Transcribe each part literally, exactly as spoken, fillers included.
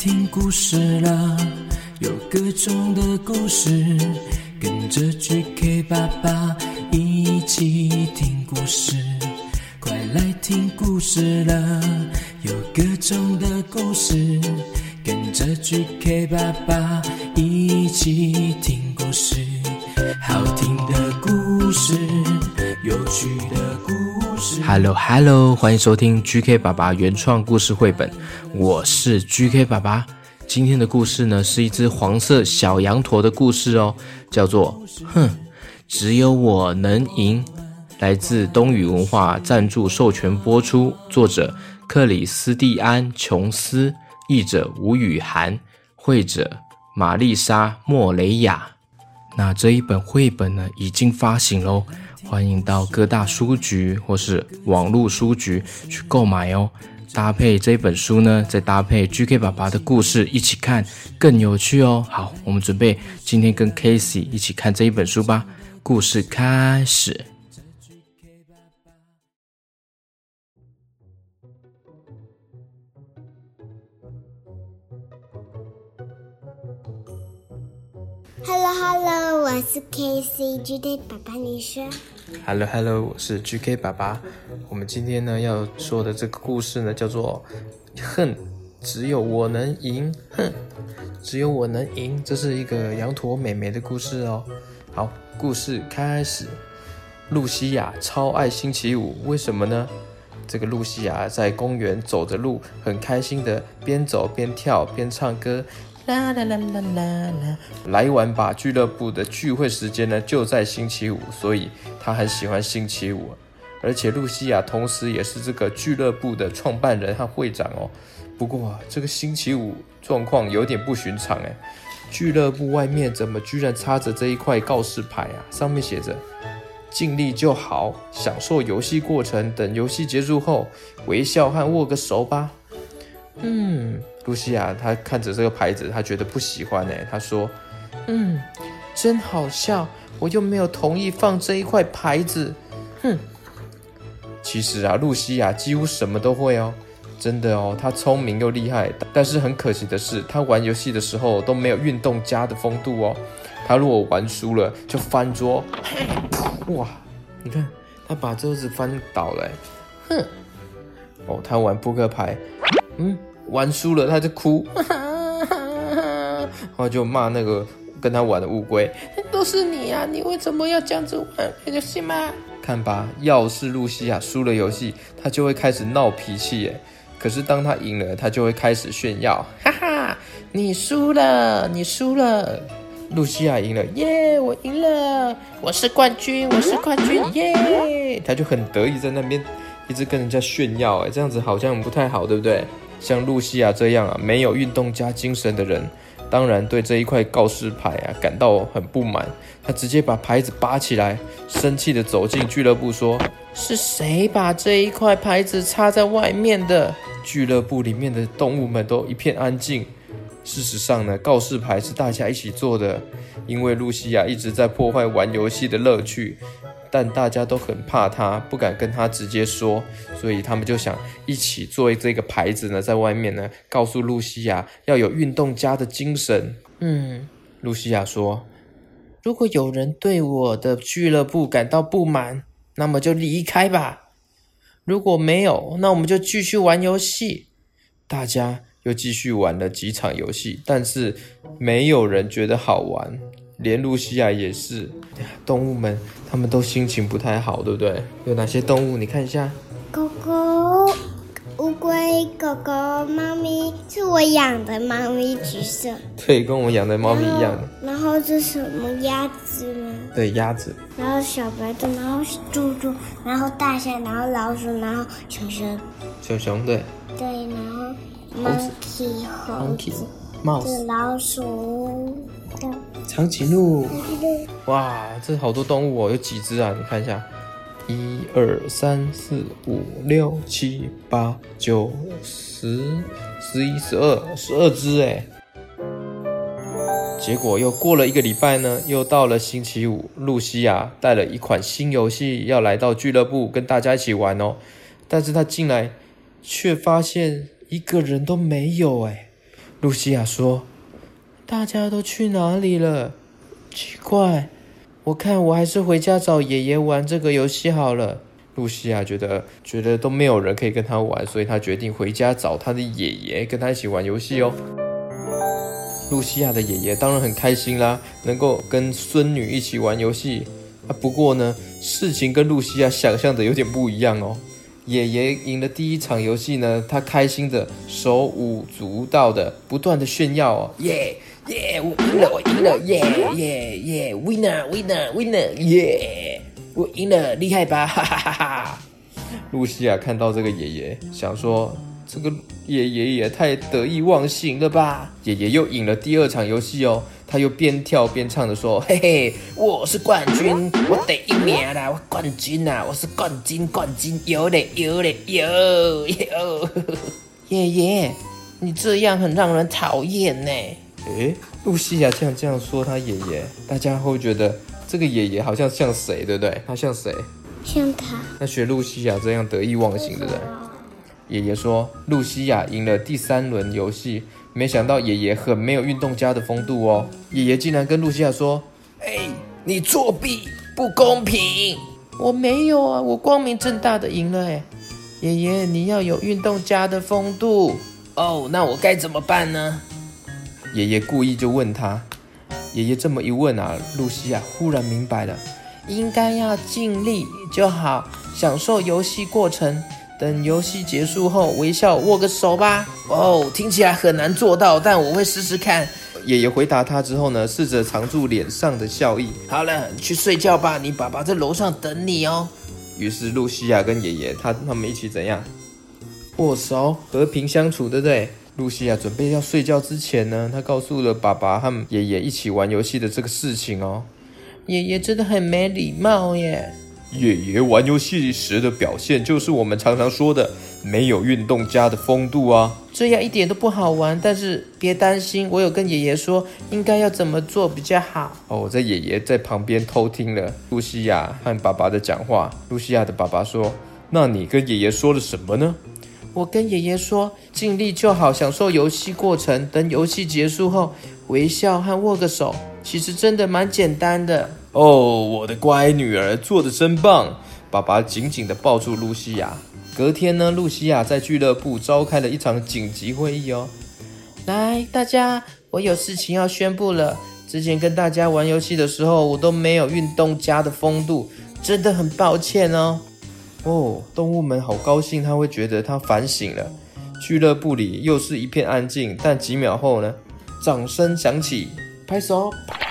听故事了，有各种的故事，跟着 G K 爸爸一起听故事。快来听故事了，有各种的故事，跟着 G K 爸爸一起听故事。好听的故事，有趣的故事。Hello Hello， 欢迎收听 G K 爸爸原创故事绘本，我是 G K 爸爸。今天的故事呢，是一只黄色小羊驼的故事哦，叫做哼，只有我能赢。来自东宇文化赞助授权播出，作者克里斯蒂安·琼斯，译者吴雨涵，绘者玛丽莎·莫雷亚。那这一本绘本呢，已经发行咯，欢迎到各大书局或是网络书局去购买哦。搭配这本书呢，再搭配 G K 爸爸的故事一起看，更有趣哦。好，我们准备今天跟 Casey 一起看这一本书吧。故事开始。 Hello Hello， 我是 Casey，G K 爸爸你说。 Hello Hello， 我是 G K 爸爸。我们今天呢要说的这个故事呢叫做哼，只有我能赢。哼，只有我能赢，这是一个羊驼妹妹的故事哦。好，故事开始。露西亚超爱星期五，为什么呢？这个露西亚在公园走着路，很开心的边走边跳边唱歌。啦啦啦啦啦啦！来玩吧俱乐部的聚会时间呢就在星期五，所以他很喜欢星期五。而且露西亚同时也是这个俱乐部的创办人和会长哦。不过啊，这个星期五状况有点不寻常哎，俱乐部外面怎么居然插着这一块告示牌啊？上面写着尽力就好，享受游戏过程，等游戏结束后微笑和握个手吧。嗯，露西亚她看着这个牌子，她觉得不喜欢耶。她说嗯，真好笑，我又没有同意放这一块牌子。哼，其实啊，露西亚几乎什么都会哦，真的哦，她聪明又厉害。但是很可惜的是，她玩游戏的时候都没有运动家的风度哦。她如果玩输了就翻桌，哇，你看她把桌子翻倒了耶。哼，哦，她玩扑克牌，嗯，玩输了他就哭，然后就骂那个跟他玩的乌龟，都是你啊，你为什么要这样子玩游戏吗？看吧，要是露西亚输了游戏，他就会开始闹脾气耶。可是当他赢了，他就会开始炫耀，哈哈，你输了，你输了。露西亚赢了，耶，我赢了，我是冠军，我是冠军，耶，他就很得意在那边一直跟人家炫耀，哎，这样子好像不太好，对不对？像露西亚这样啊，没有运动家精神的人，当然对这一块告示牌啊感到很不满。他直接把牌子拔起来，生气的走进俱乐部说：“是谁把这一块牌子插在外面的？”俱乐部里面的动物们都一片安静。事实上呢，告示牌是大家一起做的，因为露西亚一直在破坏玩游戏的乐趣。但大家都很怕他，不敢跟他直接说，所以他们就想一起做这个牌子呢，在外面呢，告诉露西亚要有运动家的精神。嗯，露西亚说，如果有人对我的俱乐部感到不满，那么就离开吧。如果没有，那我们就继续玩游戏。大家又继续玩了几场游戏，但是没有人觉得好玩。连露西亚也是，动物们他们都心情不太好，对不对？有哪些动物？你看一下， 狗狗、乌龟、狗狗、猫咪，是我养的猫咪，橘色。 对，跟我养的猫咪一样的。 然后这是什么鸭子吗？ 对，鸭子。 然后小白兔，然后猪猪，然后大象，然后老鼠，然后熊熊。 熊熊，对。 对，然后 monkey 猴子。 mouse 老鼠。 长颈鹿，哇，这好多动物哦，有几只啊？你看一下，一二三四五六七八九十十一十二十二只哎。结果又过了一个礼拜呢，又到了星期五，露西亚带了一款新游戏要来到俱乐部跟大家一起玩哦，但是他进来却发现一个人都没有哎。 露西亚说：“大家都去哪里了？奇怪，我看我还是回家找爷爷玩这个游戏好了。”露西亚觉得觉得都没有人可以跟他玩，所以他决定回家找他的爷爷，跟他一起玩游戏哦。露西亚的爷爷当然很开心啦，能够跟孙女一起玩游戏啊。不过呢，事情跟露西亚想象的有点不一样哦。爷爷赢了第一场游戏呢，他开心的手舞足蹈的，不断的炫耀哦，耶耶，我赢了，我赢了，耶耶耶 ，winner winner winner， 耶，我赢了，厉害吧，哈哈哈哈！露西亚看到这个爷爷，想说这个爷爷也太得意忘形了吧。爷爷又赢了第二场游戏哦，他又边跳边唱的说：“嘿嘿，我是冠军，我第一名啦，我冠军啦，我是冠军，冠军，有嘞有嘞有有。”爷爷，你这样很让人讨厌呢。诶，露西亚这样这样说他爷爷，大家会觉得这个爷爷好像像谁，对不对？他像谁？ 像他。 那学露西亚这样得意忘形的人。爷爷说，露西亚赢了第三轮游戏，没想到爷爷很没有运动家的风度哦。爷爷竟然跟露西亚说：“哎，你作弊，不公平！”我没有啊，我光明正大的赢了哎。爷爷，你要有运动家的风度哦。那我该怎么办呢？爷爷故意就问他。爷爷这么一问啊，露西亚忽然明白了，应该要尽力就好，享受游戏过程。等游戏结束后，微笑握个手吧。哦，听起来很难做到，但我会试试看。爷爷回答他之后呢，试着藏住脸上的笑意。好了，你去睡觉吧，你爸爸在楼上等你哦。于是露西亚跟爷爷他他们一起怎样？握手，和平相处，对不对？露西亚准备要睡觉之前呢，她告诉了爸爸和爷爷一起玩游戏的这个事情哦。爷爷真的很没礼貌耶。爷爷玩游戏时的表现，就是我们常常说的没有运动家的风度啊。这样一点都不好玩，但是别担心，我有跟爷爷说应该要怎么做比较好。哦，我在爷爷在旁边偷听了露西亚和爸爸的讲话。露西亚的爸爸说：“那你跟爷爷说了什么呢？”我跟爷爷说，尽力就好，享受游戏过程，等游戏结束后，微笑和握个手，其实真的蛮简单的。哦，我的乖女儿，做得真棒！爸爸紧紧地抱住露西亚。隔天呢，露西亚在俱乐部召开了一场紧急会议哦。来，大家，我有事情要宣布了。之前跟大家玩游戏的时候，我都没有运动家的风度，真的很抱歉哦。哦，动物们好高兴，他会觉得他反省了。俱乐部里又是一片安静，但几秒后呢，掌声响起，拍手，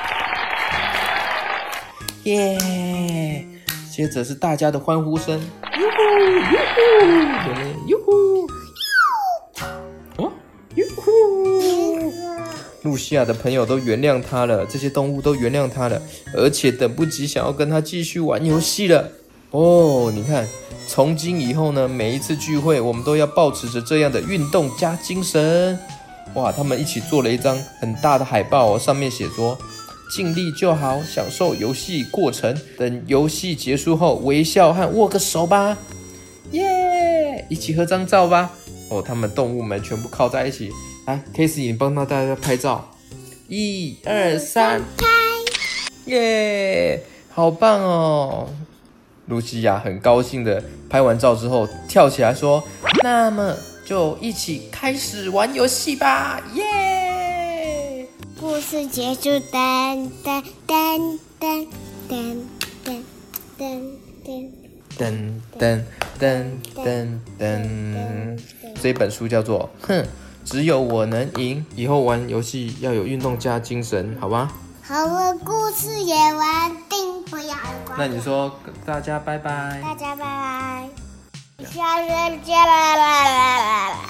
耶！ Yeah! 接着是大家的欢呼声，哟呼哟呼哟呼，哦哟呼！露西亚的朋友都原谅他了，这些动物都原谅他了，而且等不及想要跟他继续玩游戏了。哦，你看，从今以后呢，每一次聚会我们都要保持着这样的运动加精神。哇，他们一起做了一张很大的海报哦，上面写说：尽力就好，享受游戏过程，等游戏结束后微笑和握个手吧。耶，一起合张照吧。哦，他们动物们全部靠在一起。来 ，Casey， 你帮到大家拍照。一二三，拍！耶，好棒哦！露西亚很高兴的拍完照之后，跳起来说：“那么就一起开始玩游戏吧！”耶！ 故事结束，噔噔噔噔噔噔噔噔噔噔噔噔噔。这本书叫做《哼，只有我能赢》，以后玩游戏要有运动加精神，好吗？ 好了，故事也完定，不要关。 那你说大家拜拜。 大家拜拜，下次见啦啦啦啦啦。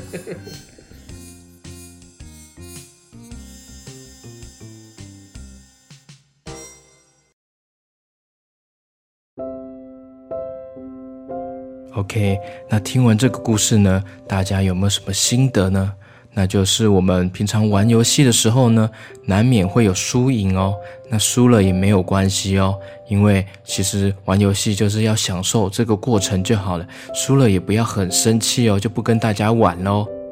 OK， 那听完这个故事呢，大家有没有什么心得呢？那就是我们平常玩游戏的时候呢，难免会有输赢哦。那输了也没有关系哦，因为其实玩游戏就是要享受这个过程就好了，输了也不要很生气哦，就不跟大家玩咯。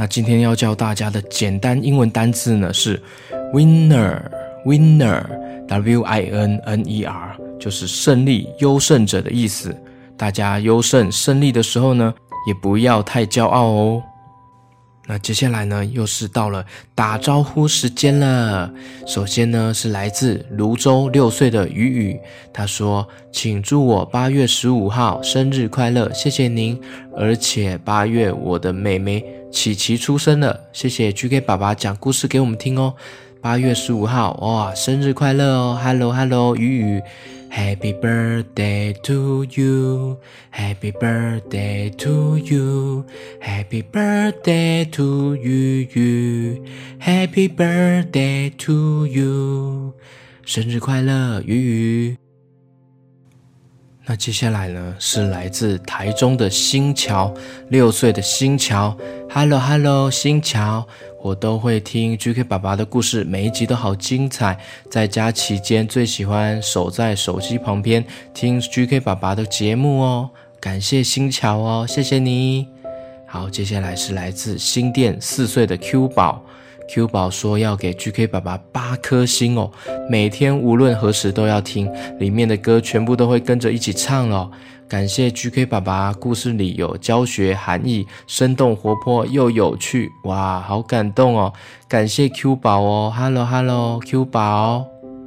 那今天要教大家的简单英文单字呢是 winner winner W I N N E R， 就是胜利优胜者的意思。大家优胜胜利的时候呢，也不要太骄傲哦。那接下来呢，又是到了打招呼时间了。首先呢，是来自泸州六岁的雨雨，他说：“请祝我八月十五号生日快乐，谢谢您。而且八月我的妹妹琪琪出生了，谢谢 G K 爸爸讲故事给我们听哦。八月十五号，哇，生日快乐哦 ！Hello Hello， 雨雨。” Happy birthday to you, Happy birthday to you, Happy birthday to you, you, Happy birthday to you， 生日快乐，鱼鱼。那接下来呢，是来自台中的新桥，六岁的新桥 ，Hello Hello， 新桥。我都会听 G K 爸爸的故事，每一集都好精彩。在家期间最喜欢守在手机旁边听 G K 爸爸的节目哦，感谢新桥哦，谢谢你。好，接下来是来自新店四岁的 Q 宝 ，Q 宝说要给 G K 爸爸八颗星哦，每天无论何时都要听，里面的歌全部都会跟着一起唱哦。感谢 G K 爸爸，故事里有教学含义，生动活泼又有趣，哇，好感动哦！感谢 Q 宝哦 ，Hello Hello Q 宝。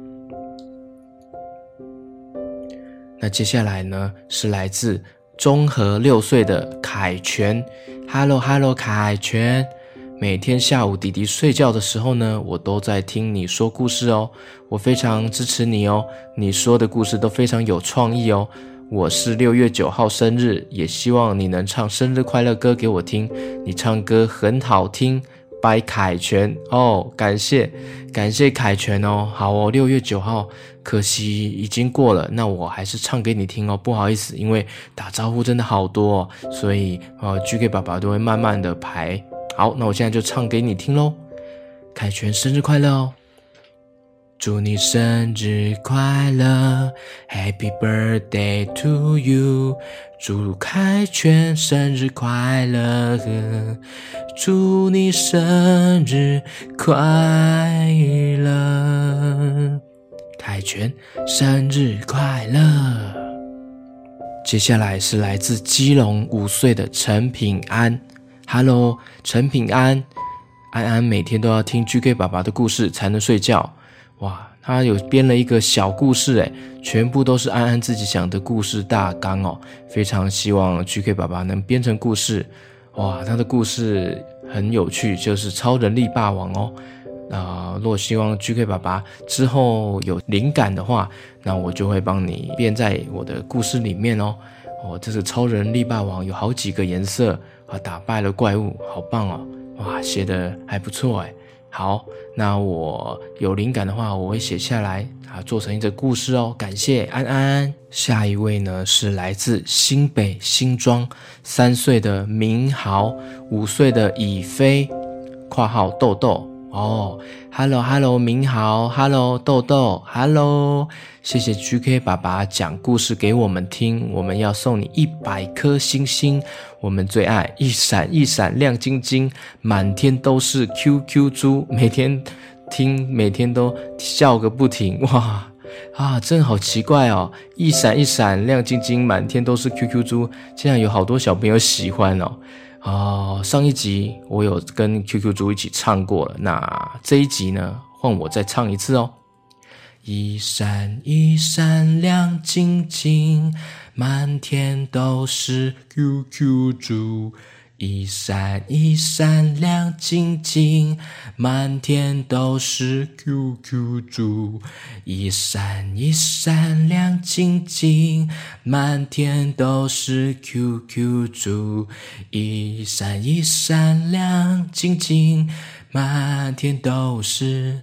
那接下来呢，是来自中和六岁的凯泉 ，Hello Hello 凯泉。每天下午弟弟睡觉的时候呢，我都在听你说故事哦，我非常支持你哦，你说的故事都非常有创意哦。我是六月九号生日，也希望你能唱生日快乐歌给我听，你唱歌很好听，拜凯泉哦，感谢感谢凯泉哦，好哦，六月九号可惜已经过了，那我还是唱给你听哦，不好意思，因为打招呼真的好多哦，所以呃 G K 爸爸都会慢慢的排。好，那我现在就唱给你听咯。凯泉生日快乐哦，祝你生日快乐 Happy birthday to you， 祝凯泉生日快乐，祝你生日快乐，凯泉生日快乐。接下来是来自基隆五岁的陈品安， Hello 陈品安，安安每天都要听 G K 爸爸的故事才能睡觉，哇，他有编了一个小故事诶，全部都是安安自己想的故事大纲哦，非常希望 G K 爸爸能编成故事。哇，他的故事很有趣，就是超人力霸王哦。呃，如果希望 G K 爸爸之后有灵感的话，那我就会帮你编在我的故事里面哦。哦，这是超人力霸王，有好几个颜色啊，打败了怪物，好棒哦！哇，写得还不错诶。好，那我有灵感的话，我会写下来啊，做成一则故事哦。感谢安安。下一位呢是来自新北新庄三岁的明豪，五岁的以飞（括号豆豆）哦 ，Hello Hello 明豪 ，Hello 豆豆 ，Hello， 谢谢 G K 爸爸讲故事给我们听，我们要送你一百颗星星。我们最爱一闪一闪亮晶晶，满天都是 Q Q 猪，每天听每天都笑个不停，哇啊，真好奇怪哦！一闪一闪亮晶晶，满天都是 Q Q 猪，竟然有好多小朋友喜欢哦。哦，上一集我有跟 Q Q 猪一起唱过了，那这一集呢，换我再唱一次哦。一闪一闪亮晶晶，满天都是 Q Q 猪。一闪一闪亮晶晶，满天都是 Q Q 猪。一闪一闪亮晶晶，满天都是 Q Q 猪。一闪一闪亮晶晶，满天都是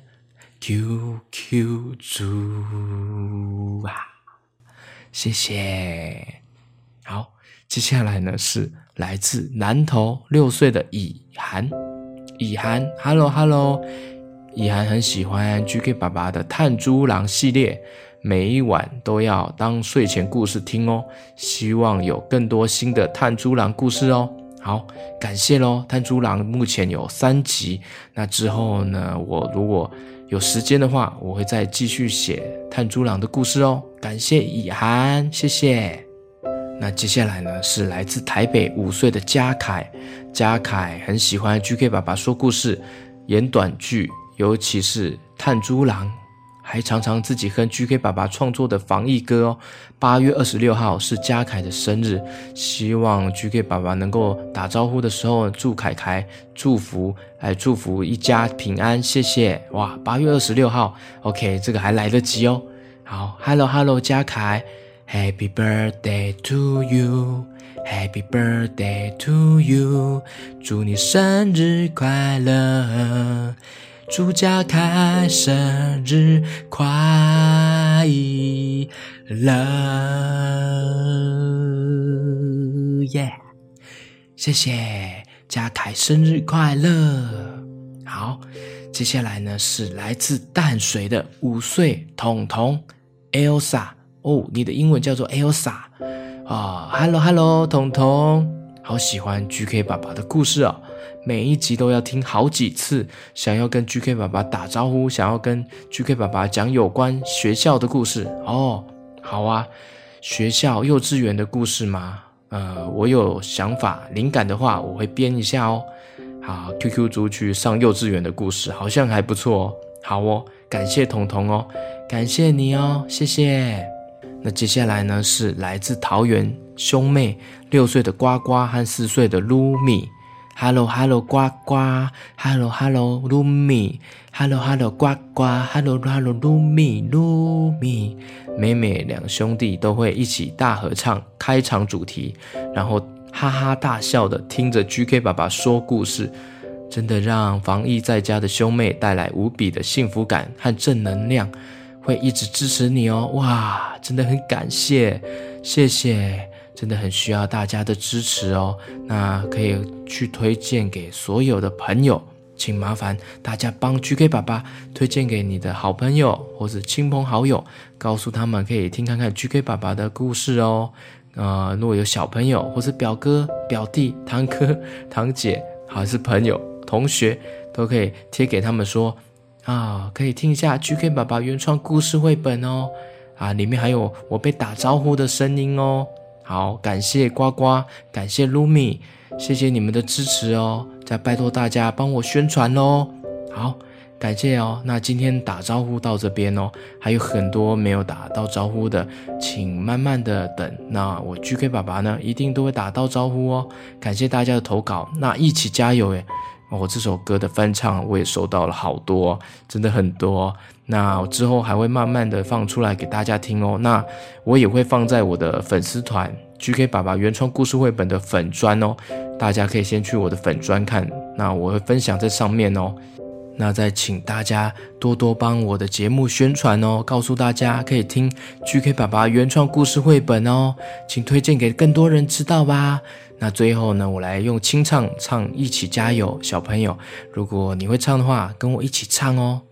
Q Q 猪啊！谢谢。好，接下来呢是来自南投六岁的以涵，以涵 ，Hello Hello， 以涵很喜欢 G K 爸爸的炭猪郎系列，每一晚都要当睡前故事听哦，希望有更多新的炭猪郎故事哦。 好，感谢咯，炭猪郎目前有三集，那之后呢，我如果有时间的话，我会再继续写炭猪郎的故事哦。感谢以涵，谢谢。那接下来呢，是来自台北五岁的嘉凯。嘉凯很喜欢 G K 爸爸说故事，演短剧，尤其是炭猪郎，还常常自己和 G K 爸爸创作的防疫歌哦。八月二十六号是嘉凯的生日，希望 G K 爸爸能够打招呼的时候祝凯凯祝福，来祝福一家平安，谢谢。哇，八月二十六号 OK， 这个还来得及哦。好 Hello Hello 嘉凯， Happy birthday to you， Happy birthday to you， 祝你生日快乐，祝嘉凯生日快乐耶！ yeah, 谢谢嘉凯生日快乐。好，接下来呢是来自淡水的五岁彤彤 Elsa 哦，你的英文叫做 Elsa 啊 ，Hello Hello 彤彤，好喜欢 G K 爸爸的故事哦。每一集都要听好几次，想要跟 G K 爸爸打招呼，想要跟 G K 爸爸讲有关学校的故事哦。好啊，学校幼稚园的故事吗？呃，我有想法灵感的话，我会编一下哦。好 ，Q Q 族去上幼稚园的故事好像还不错哦。好哦，感谢彤彤哦，感谢你哦，谢谢。那接下来呢是来自桃园兄妹六岁的呱呱和四岁的露米。Hello Hello 呱呱 Hello Hello 露米 Hello Hello 呱呱 Hello Hello 露米露米，每每两兄弟都会一起大合唱开场主题，然后哈哈大笑的听着 G K 爸爸说故事，真的让防疫在家的兄妹带来无比的幸福感和正能量，会一直支持你哦。哇，真的很感谢，谢谢，真的很需要大家的支持哦。那可以去推荐给所有的朋友，请麻烦大家帮 G K 爸爸推荐给你的好朋友或者亲朋好友，告诉他们可以听看看 G K 爸爸的故事哦。呃，如果有小朋友或是表哥、表弟、堂哥、堂姐，还是朋友、同学，都可以贴给他们说啊，可以听一下 G K 爸爸原创故事绘本哦。啊，里面还有我被打招呼的声音哦。好，感谢呱呱，感谢 Lumi， 谢谢你们的支持哦，再拜托大家帮我宣传哦。好，感谢哦。那今天打招呼到这边哦，还有很多没有打到招呼的，请慢慢的等。那我 G K 爸爸呢，一定都会打到招呼哦。感谢大家的投稿，那一起加油耶！哦，这首歌的翻唱我也收到了好多，真的很多。那我之后还会慢慢的放出来给大家听哦。那我也会放在我的粉丝团 G K 爸爸原创故事绘本的粉专哦，大家可以先去我的粉专看，那我会分享在上面哦。那再请大家多多帮我的节目宣传哦，告诉大家可以听 G K 爸爸原创故事绘本哦，请推荐给更多人知道吧。那最后呢，我来用清唱唱一起加油，小朋友，如果你会唱的话，跟我一起唱哦。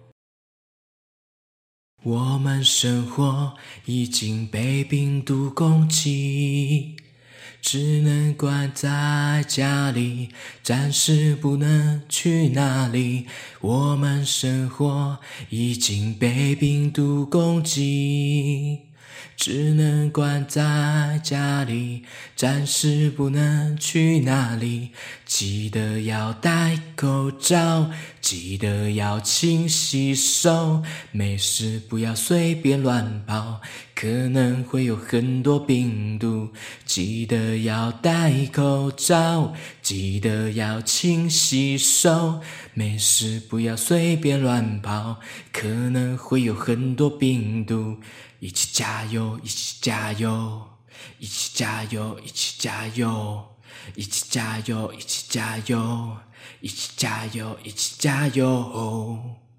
我们生活已经被病毒攻击，只能关在家里，暂时不能去哪里。我们生活已经被病毒攻击，只能关在家里，暂时不能去哪里。记得要戴口罩，记得要勤洗手，没事不要随便乱跑，可能会有很多病毒。记得要戴口罩，记得要勤洗手，没事不要随便乱跑，可能会有很多病毒。一起加油，一起加油，一起加油，一起加油，一起加油，一起加油，一起加油，一起加油。